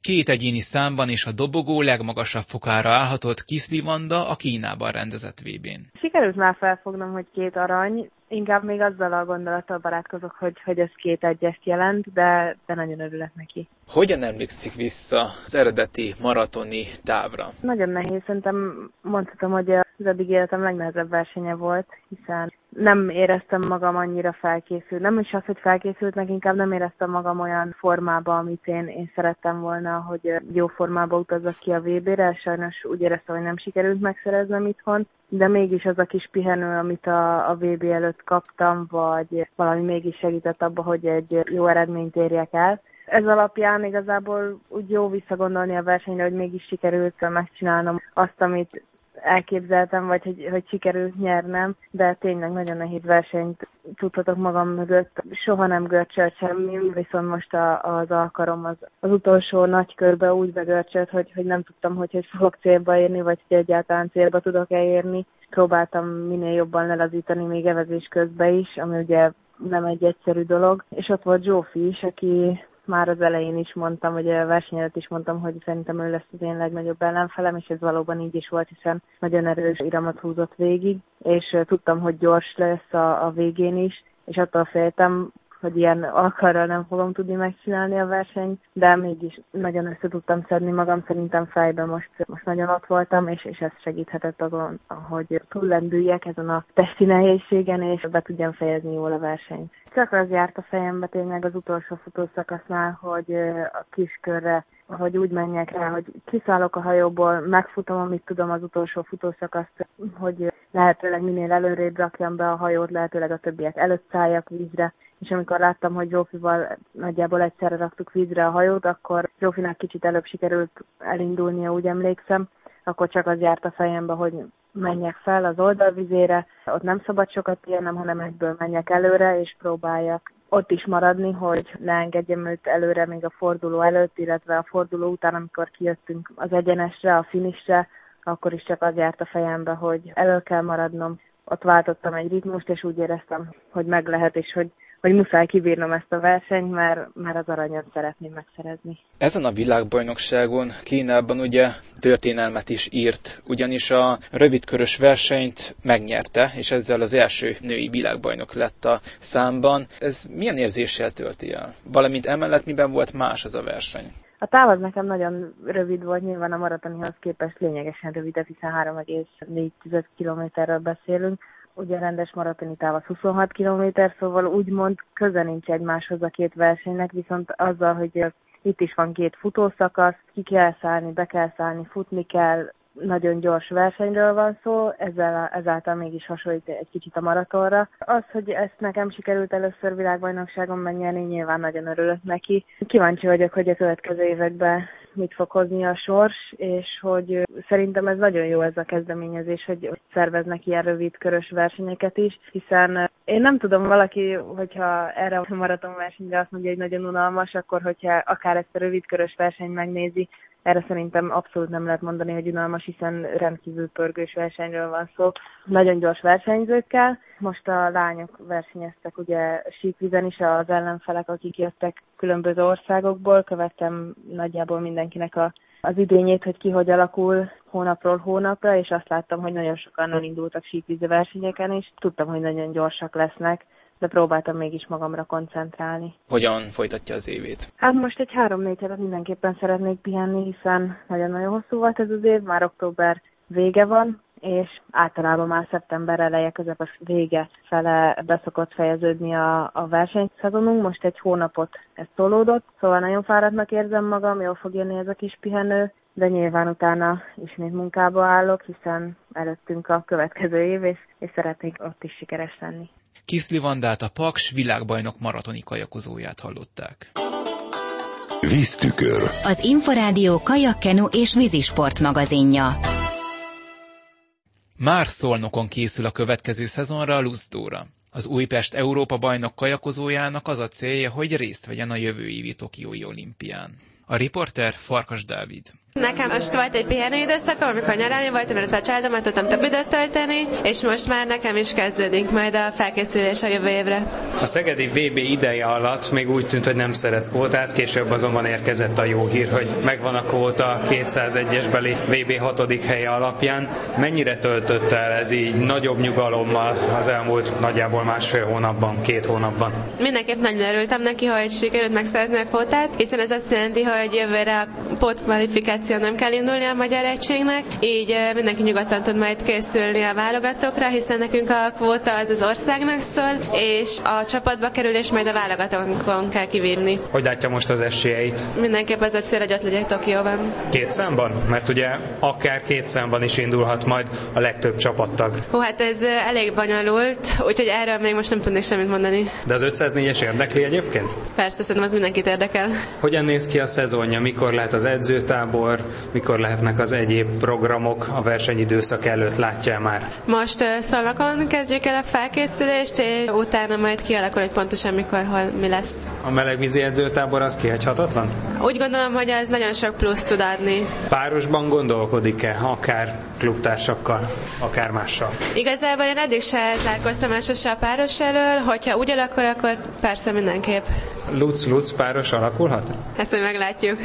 2 egyéni számban és a dobogó legmagasabb fokára állhatott Kiszli Vanda a Kínában rendezett VB-n. Sikerült már felfognom, hogy 2 arany, inkább még azzal a gondolattal barátkozok, hogy ez 2 egyest jelent, de nagyon örülök neki. Hogyan emlékszik vissza az eredeti maratoni távra? Nagyon nehéz, szerintem mondhatom, hogy az eddig életem legnehezebb versenye volt, hiszen nem éreztem magam annyira felkészült. Nem is az, hogy felkészültnek, inkább nem éreztem magam olyan formába, amit én szerettem volna, hogy jó formába utazzak ki a VB-re. Sajnos úgy éreztem, hogy nem sikerült megszereznem itthon, de mégis az a kis pihenő, amit a VB előtt kaptam, vagy valami mégis segített abba, hogy egy jó eredményt érjek el. Ez alapján igazából úgy jó visszagondolni a versenyre, hogy mégis sikerült megcsinálnom azt, amit elképzeltem, vagy hogy sikerült nyernem, de tényleg nagyon nehéz versenyt tudhatok magam mögött. Soha nem görcsölt semmi, viszont most az alkarom az utolsó nagy körbe úgy begörcsölt, hogy nem tudtam, hogy fogok célba érni, vagy hogy egyáltalán célba tudok elérni. Próbáltam minél jobban lelazítani még evezés közben is, ami ugye nem egy egyszerű dolog. És ott volt Zsófi is, aki már az elején is mondtam, vagy a verseny előtt is mondtam, hogy szerintem ő lesz az én legnagyobb ellenfelem, és ez valóban így is volt, hiszen nagyon erős iramot húzott végig, és tudtam, hogy gyors lesz a végén is, és attól féltem, hogy ilyen alkalommal nem fogom tudni megcsinálni a versenyt, de mégis nagyon össze tudtam szedni magam, szerintem fejben most nagyon ott voltam, és ez segíthetett azon, hogy túllendüljek ezen a testi nehézségen, és be tudjam fejezni jól a versenyt. Csak az járt a fejembe tényleg az utolsó futószakasznál, hogy a kiskörre, hogy úgy menjek rá, hogy kiszállok a hajóból, megfutom, amit tudom az utolsó futószakaszt, hogy lehetőleg minél előrébb rakjam be a hajót, lehetőleg a többiek előtt szálljak vízre, és amikor láttam, hogy Zsófival nagyjából egyszerre raktuk vízre a hajót, akkor Zsófinak kicsit előbb sikerült elindulnia, úgy emlékszem, akkor csak az járt a fejembe, hogy menjek fel az oldalvizére, ott nem szabad sokat pihennem, hanem egyből menjek előre, és próbáljak ott is maradni, hogy ne engedjem őt előre még a forduló előtt, illetve a forduló után, amikor kijöttünk az egyenesre, a finishre, akkor is csak az járt a fejembe, hogy elő kell maradnom. Ott váltottam egy ritmust, és úgy éreztem, hogy meg lehet, és hogy muszáj kibírnom ezt a versenyt, mert az aranyat szeretném megszerezni. Ezen a világbajnokságon Kínában ugye történelmet is írt, ugyanis a rövidkörös versenyt megnyerte, és ezzel az első női világbajnok lett a számban. Ez milyen érzéssel tölti el? Valamint emellett miben volt más az a verseny? A táv az nekem nagyon rövid volt, nyilván a maratonihoz képest lényegesen rövidebb, hiszen 3,4 kilométerről beszélünk. Ugye a rendes maratoni táv az 26 kilométer, szóval úgymond köze nincs egymáshoz a 2 versenynek, viszont azzal, hogy itt is van 2 futószakasz, ki kell szállni, be kell szállni, futni kell, nagyon gyors versenyről van szó, ezáltal mégis hasonlít egy kicsit a maratonra. Az, hogy ezt nekem sikerült először világbajnokságon megnyerni, nyilván nagyon örülök neki. Kíváncsi vagyok, hogy a következő években mit fog hozni a sors, és hogy szerintem ez nagyon jó ez a kezdeményezés, hogy szerveznek ilyen rövid körös versenyeket is, hiszen én nem tudom, valaki, hogyha erre a maratonversenyre azt mondja, hogy nagyon unalmas, akkor hogyha akár ezt a rövid körös versenyt megnézi, erre szerintem abszolút nem lehet mondani, hogy unalmas, hiszen rendkívül pörgős versenyről van szó. Nagyon gyors versenyzőkkel. Most a lányok versenyeztek ugye síkvízen is, az ellenfelek, akik jöttek különböző országokból. Követtem nagyjából mindenkinek az idényét, hogy ki hogy alakul hónapról hónapra, és azt láttam, hogy nagyon sokan elindultak síkvízi versenyeken is. Tudtam, hogy nagyon gyorsak lesznek, de próbáltam mégis magamra koncentrálni. Hogyan folytatja az évét? Hát most egy 3-4 hetet mindenképpen szeretnék pihenni, hiszen nagyon-nagyon hosszú volt ez az év, már október vége van, és általában már szeptember eleje, közepes vége fele beszokott fejeződni a versenyszezonunk. Most egy hónapot ez tolódott, szóval nagyon fáradtnak érzem magam, jól fog jönni ez a kis pihenő, de nyilván utána ismét munkába állok, hiszen előttünk a következő év, és szeretnék ott is sikeres lenni. Kiszli Vandát, a Paks világbajnok maratoni kajakozóját hallották. Víztükör. Az Inforádió kajakkenu és vízisport magazinja. Már Szolnokon készül a következő szezonra a Luzdóra. Az Újpest Európa-bajnok kajakozójának az a célja, hogy részt vegyen a jövő évi Tokiói olimpián. A riporter Farkas Dávid. Nekem most volt egy pihenő időszakom, amikor nyaralni voltam, illetve a családomat tudtam több időt tölteni, és most már nekem is kezdődik majd a felkészülés a jövő évre. A szegedi VB ideje alatt még úgy tűnt, hogy nem szerez kvótát, később azonban érkezett a jó hír, hogy megvan a kvóta 201-esbeli VB 6. helye alapján. Mennyire töltött el ez így nagyobb nyugalommal az elmúlt nagyjából másfél hónapban, 2 hónapban? Mindenképp nagyon örültem neki, hogy sikerült megszerezni a kvótát, hiszen ez azt jelenti, hogy jövőre a pótkvalifikáció nem kell indulni a magyar egységnek, így mindenki nyugodtan tud majd készülni a válogatókra, hiszen nekünk a kvóta az országnak szól, és a csapatba kerülés majd a válogatókon kell kivívni. Hogy látja most az esélyeit? Mindenképp az a cél, hogy ott legyek Tokióban. 2 számban? Mert ugye akár 2 számban is indulhat majd a legtöbb csapattag. Hát ez elég bonyolult, úgyhogy erről még most nem tudnék semmit mondani. De az 504-es érdekli egyébként? Persze, szerintem az mindenkit érdekel. Hogyan néz ki a szezonja? Mikor lehet az edzőtábor? Mikor lehetnek az egyéb programok a versenyidőszak előtt, látja már? Most Szolnokon kezdjük el a felkészülést, és utána majd kialakul, hogy pontosan mikor, hol, mi lesz. A melegvízi edzőtábor az kihagyhatatlan? Úgy gondolom, hogy ez nagyon sok plusz tud adni. Párosban gondolkodik-e? Akár klubtársakkal, akár mással? Igazából én eddig se zárkoztam el sose a páros elől, hogyha úgy alakul, akkor persze mindenképp. Lutz páros alakulhat? Ezt majd meglátjuk.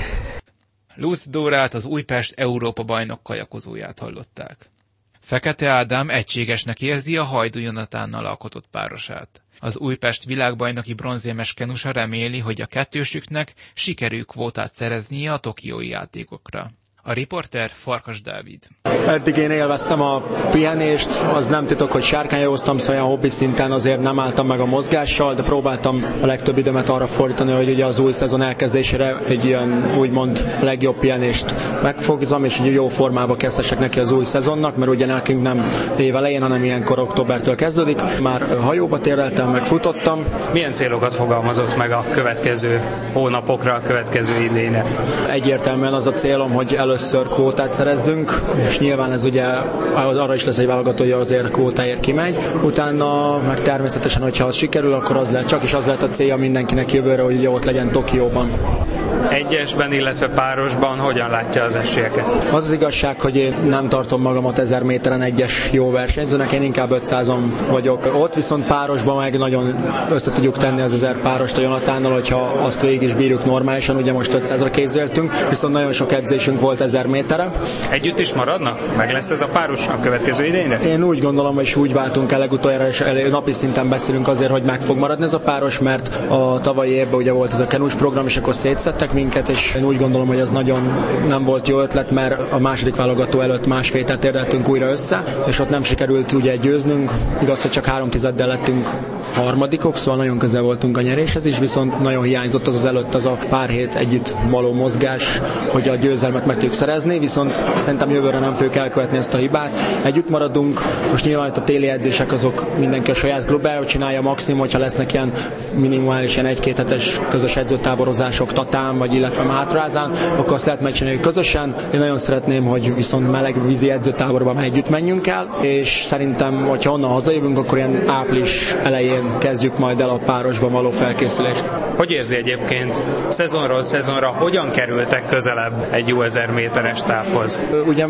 Lutz Dórát, az Újpest Európa-bajnok kajakozóját hallották. Fekete Ádám egységesnek érzi a Hajdú Jonatánnal alkotott párosát. Az Újpest világbajnoki bronzérmes kenusa reméli, hogy a kettősüknek sikerül kvótát szereznie a tokiói játékokra. A riporter Farkas Dávid. Eddig én élveztem a pihenést, az nem titok, hogy sárkányoztam, szóval olyan hobbi szinten azért nem álltam meg a mozgással, de próbáltam a legtöbb időmet arra fordítani, hogy ugye az új szezon elkezdésére egy ilyen úgymond legjobb pihenést megfogzam, és egy jó formába kezdhessek neki az új szezonnak, mert ugye nekünk nem év elején, hanem ilyenkor októbertől kezdődik. Már hajóba téreltem, meg futottam. Milyen célokat fogalmazott meg a következő hónapokra, a következő idényre? Egyértelműen az a célom, hogy először kvótát szerezzünk, és nyilván ez ugye arra is lesz egy válogató, hogy azért kvótáért kimegy. Utána meg természetesen, hogyha az sikerül, akkor az lehet, csak is az lehet a célja mindenkinek jövőre, hogy ugye ott legyen Tokióban. Egyesben, illetve párosban hogyan látja az esélyeket? Az igazság, hogy én nem tartom magamat 1000 méteren egyes jó versenyzőnek, én inkább 500-on vagyok ott, viszont párosban meg nagyon össze tudjuk tenni az 1000 párost a Jonatánnal, hogyha azt végig is bírjuk normálisan, ugye most 500-ra készültünk, viszont nagyon sok edzésünk volt 1000 méterre. Együtt is maradnak? Meg lesz ez a páros a következő idényre? Én úgy gondolom, hogy úgy váltunk el legutoljára, és napi szinten beszélünk azért, hogy meg fog maradni ez a páros, mert a tavalyi évben ugye volt ez a kenus program, és akkor szétszettek minket, és én úgy gondolom, hogy ez nagyon nem volt jó ötlet, mert a második válogató előtt másfél hétet érdeltünk újra össze, és ott nem sikerült ugye győznünk. Igaz, hogy csak 3/10 lettünk harmadikok, szóval nagyon közel voltunk a nyeréshez is, viszont nagyon hiányzott az előtt az a pár hét együtt való mozgás, hogy a győzelmet meg tudjuk szerezni, viszont szerintem jövőre nem fogjuk elkövetni ezt a hibát. Együtt maradunk, most nyilván itt a téli edzések azok mindenki a saját klubjára csinálja maximum, hogyha lesznek ilyen minimális ilyen 1-2 hetes közös edzőtáborozások Tatán, vagy illetve Mátrázán, akkor azt lehet megcsinálni közösen. Én nagyon szeretném, hogy viszont meleg vízi edzőtáborban együtt menjünk el, és szerintem, hogyha onnan hazajövünk, akkor ilyen április elején kezdjük majd el a párosban való felkészülést. Hogy érzi egyébként szezonról szezonra, hogyan kerültek közelebb egy jó 1000 méteres távhoz? Ugye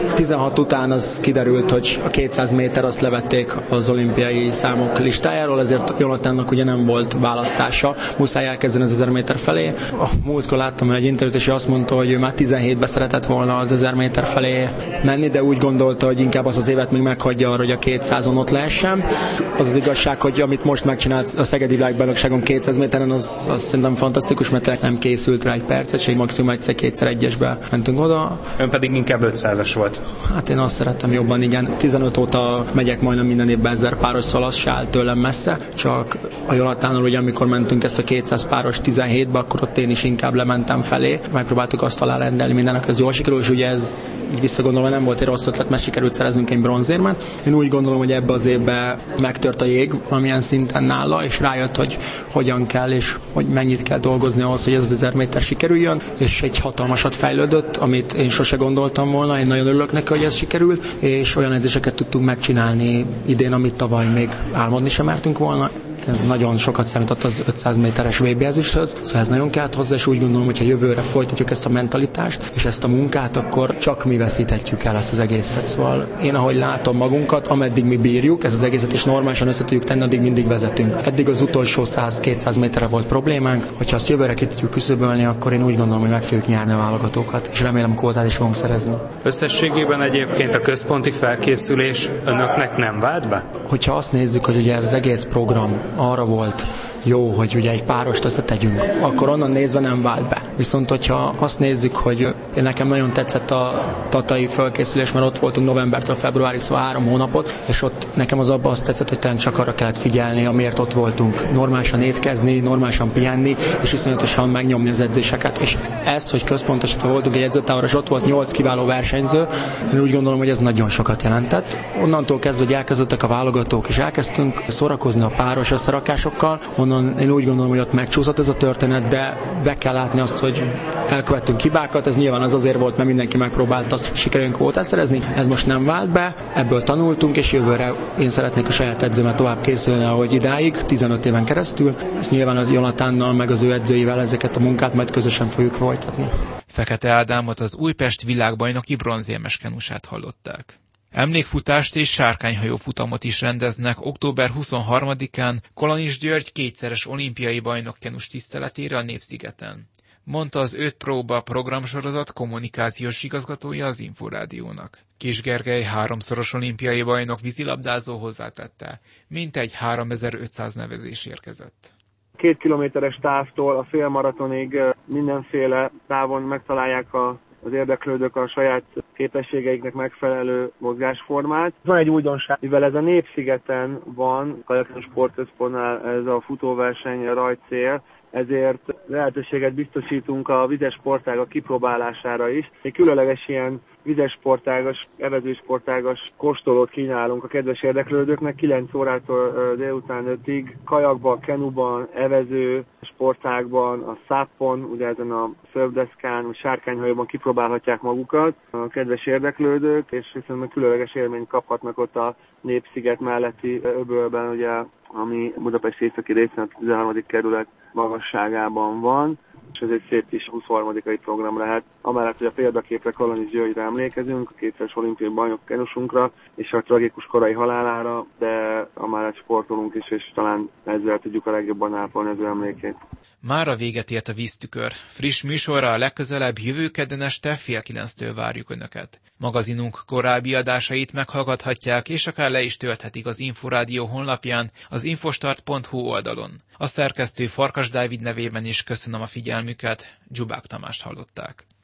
16 után az kiderült, hogy a 200 méter azt levették az olimpiai számok listájáról, ezért Jonatánnak ugye nem volt választása, muszáj elkezdeni az 1000 méter felé. A múltkor láttam egy interjút, és azt mondta, hogy ő már 17-be szeretett volna az 1000 méter felé menni, de úgy gondolta, hogy inkább az évet még meghagyja arra, hogy a 200-on ott lehessen. Az igazság, hogy amit most megcsinált a Szegedi Világbajnokságon 200 méteren, az szerintem fantasztikus, mert nem készült rá egy percet, és maximum egyszer-kétszer egyesbe mentünk oda. Ön pedig inkább 500-as volt. Hát én azt szerettem jobban, igen. 15 óta megyek majdnem minden évben 1000 páros, szóval az se áll tőlem messze, csak a Jonatánnal, ugye amikor mentünk ezt a 200 páros 17-be, akkor ott én is inkább lementem felé. Megpróbáltuk azt alárendelni mindennek, ez jól sikerül, és ugye ez így visszagondolva nem volt egy rossz ötlet, mert sikerült szereznünk egy bronzérmet. Én úgy gondolom, hogy ebbe az évben megtört a jég valamilyen szinten nála, és rájött, hogy hogyan kell, és hogy mennyit kell dolgozni ahhoz, hogy ez az 1000 méter sikerüljön, és egy hatalmasat fejlődött, amit én sose gondoltam volna. Én nagyon örülök neki, hogy ez sikerült, és olyan edzéseket tudtunk megcsinálni idén, amit tavaly még álmodni sem mertünk volna. Ez nagyon sokat számított az 500 méteres VB ezüsthöz, szóval ez nagyon kellett hozzá, és úgy gondolom, hogy ha jövőre folytatjuk ezt a mentalitást, és ezt a munkát, akkor csak mi veszíthetjük el ezt az egészet. Szóval én ahogy látom magunkat, ameddig mi bírjuk, ez az egészet is normálisan össze tudjuk tenni, addig mindig vezetünk. Eddig az utolsó 100-200 méterre volt problémánk, hogyha azt jövőre ki tudjuk küszöbölni, akkor én úgy gondolom, hogy meg fogjuk nyerni a válogatokat, és remélem kvótát is fogunk szerezni. Összességében egyébként a központi felkészülés önöknek nem vált be? Hogyha azt nézzük, hogy ugye ez az egész program arra volt jó, hogy ugye egy párost összetegyünk, akkor onnan nézve nem vált be. Viszont hogyha azt nézzük, hogy nekem nagyon tetszett a tatai felkészülés, mert ott voltunk novembertől februárig, szóval 3 hónapot, és ott nekem az abban azt tetszett, hogy talán csak arra kellett figyelni, amiért ott voltunk. Normálisan étkezni, normálisan pihenni, és iszonyatosan megnyomni az edzéseket. És ez, hogy központosítva voltunk egy edzőtáborra, és ott volt 8 kiváló versenyző, én úgy gondolom, hogy ez nagyon sokat jelentett. Onnantól kezdve, hogy elkezdődtek a válogatók, és elkezdtünk szórakozni a páros összerakásokkal, onnan én úgy gondolom, hogy ott megcsúszott ez a történet, de be kell látni azt, hogy elkövettünk hibákat, ez nyilván az azért volt, mert mindenki megpróbált azt, hogy sikerüljön kvótát szerezni, ez most nem vált be, ebből tanultunk, és jövőre én szeretnék a saját edzőmmel tovább készülni, ahogy idáig, 15 éven keresztül, és nyilván az Jonatánnal, meg az ő edzőivel ezeket a munkát majd közösen fogjuk folytatni. Fekete Ádámot, az Újpest világbajnoki bronzérmes kenusát hallották. Emlékfutást és sárkányhajó futamot is rendeznek október 23-án Kolonics György kétszeres olimpiai bajnok kenus tiszteletére a Népszigeten, mondta az 5 próba programsorozat kommunikációs igazgatója az Inforádiónak. Kis Gergely 3-szoros olimpiai bajnok vízilabdázó hozzátette, mintegy 3500 nevezés érkezett. 2 kilométeres távtól a félmaratonig mindenféle távon megtalálják az érdeklődők a saját képességeiknek megfelelő mozgásformát. Van egy újdonság, mivel ez a Népszigeten van, Kajakkenus Sportközpontnál ez a futóverseny rajtcél, ezért lehetőséget biztosítunk a vizes sportágak kipróbálására is. Egy különleges ilyen vizes sportágas, evezősportágas kóstolót kínálunk a kedves érdeklődőknek 9 órától délután 5-ig. Kajakban, kenuban, evező sportágban, a száppon, ugye ezen a szörfdeszkán, a sárkányhajóban kipróbálhatják magukat a kedves érdeklődők, és viszont különleges élményt kaphatnak ott a Népsziget melletti öbölben, ugye, ami Budapest északi részén a 13. kerület magasságában van, és ez egy szép kis 23. program lehet. Amellett, hogy a példaképre Kolonics Györgyre emlékezünk, a kétszeres olimpiai bajnok kenusunkra, és a tragikus korai halálára, de amellett sportolunk is, és talán ezzel tudjuk a legjobban ápolni az ő emlékét. Mára véget ért a Víztükör. Friss műsorra a legközelebb jövő kedden este 8:30-től várjuk Önöket. Magazinunk korábbi adásait meghallgathatják, és akár le is tölthetik az Inforádió honlapján, az infostart.hu oldalon. A szerkesztő Farkas Dávid nevében is köszönöm a figyelmüket, Dzsubák Tamást hallották.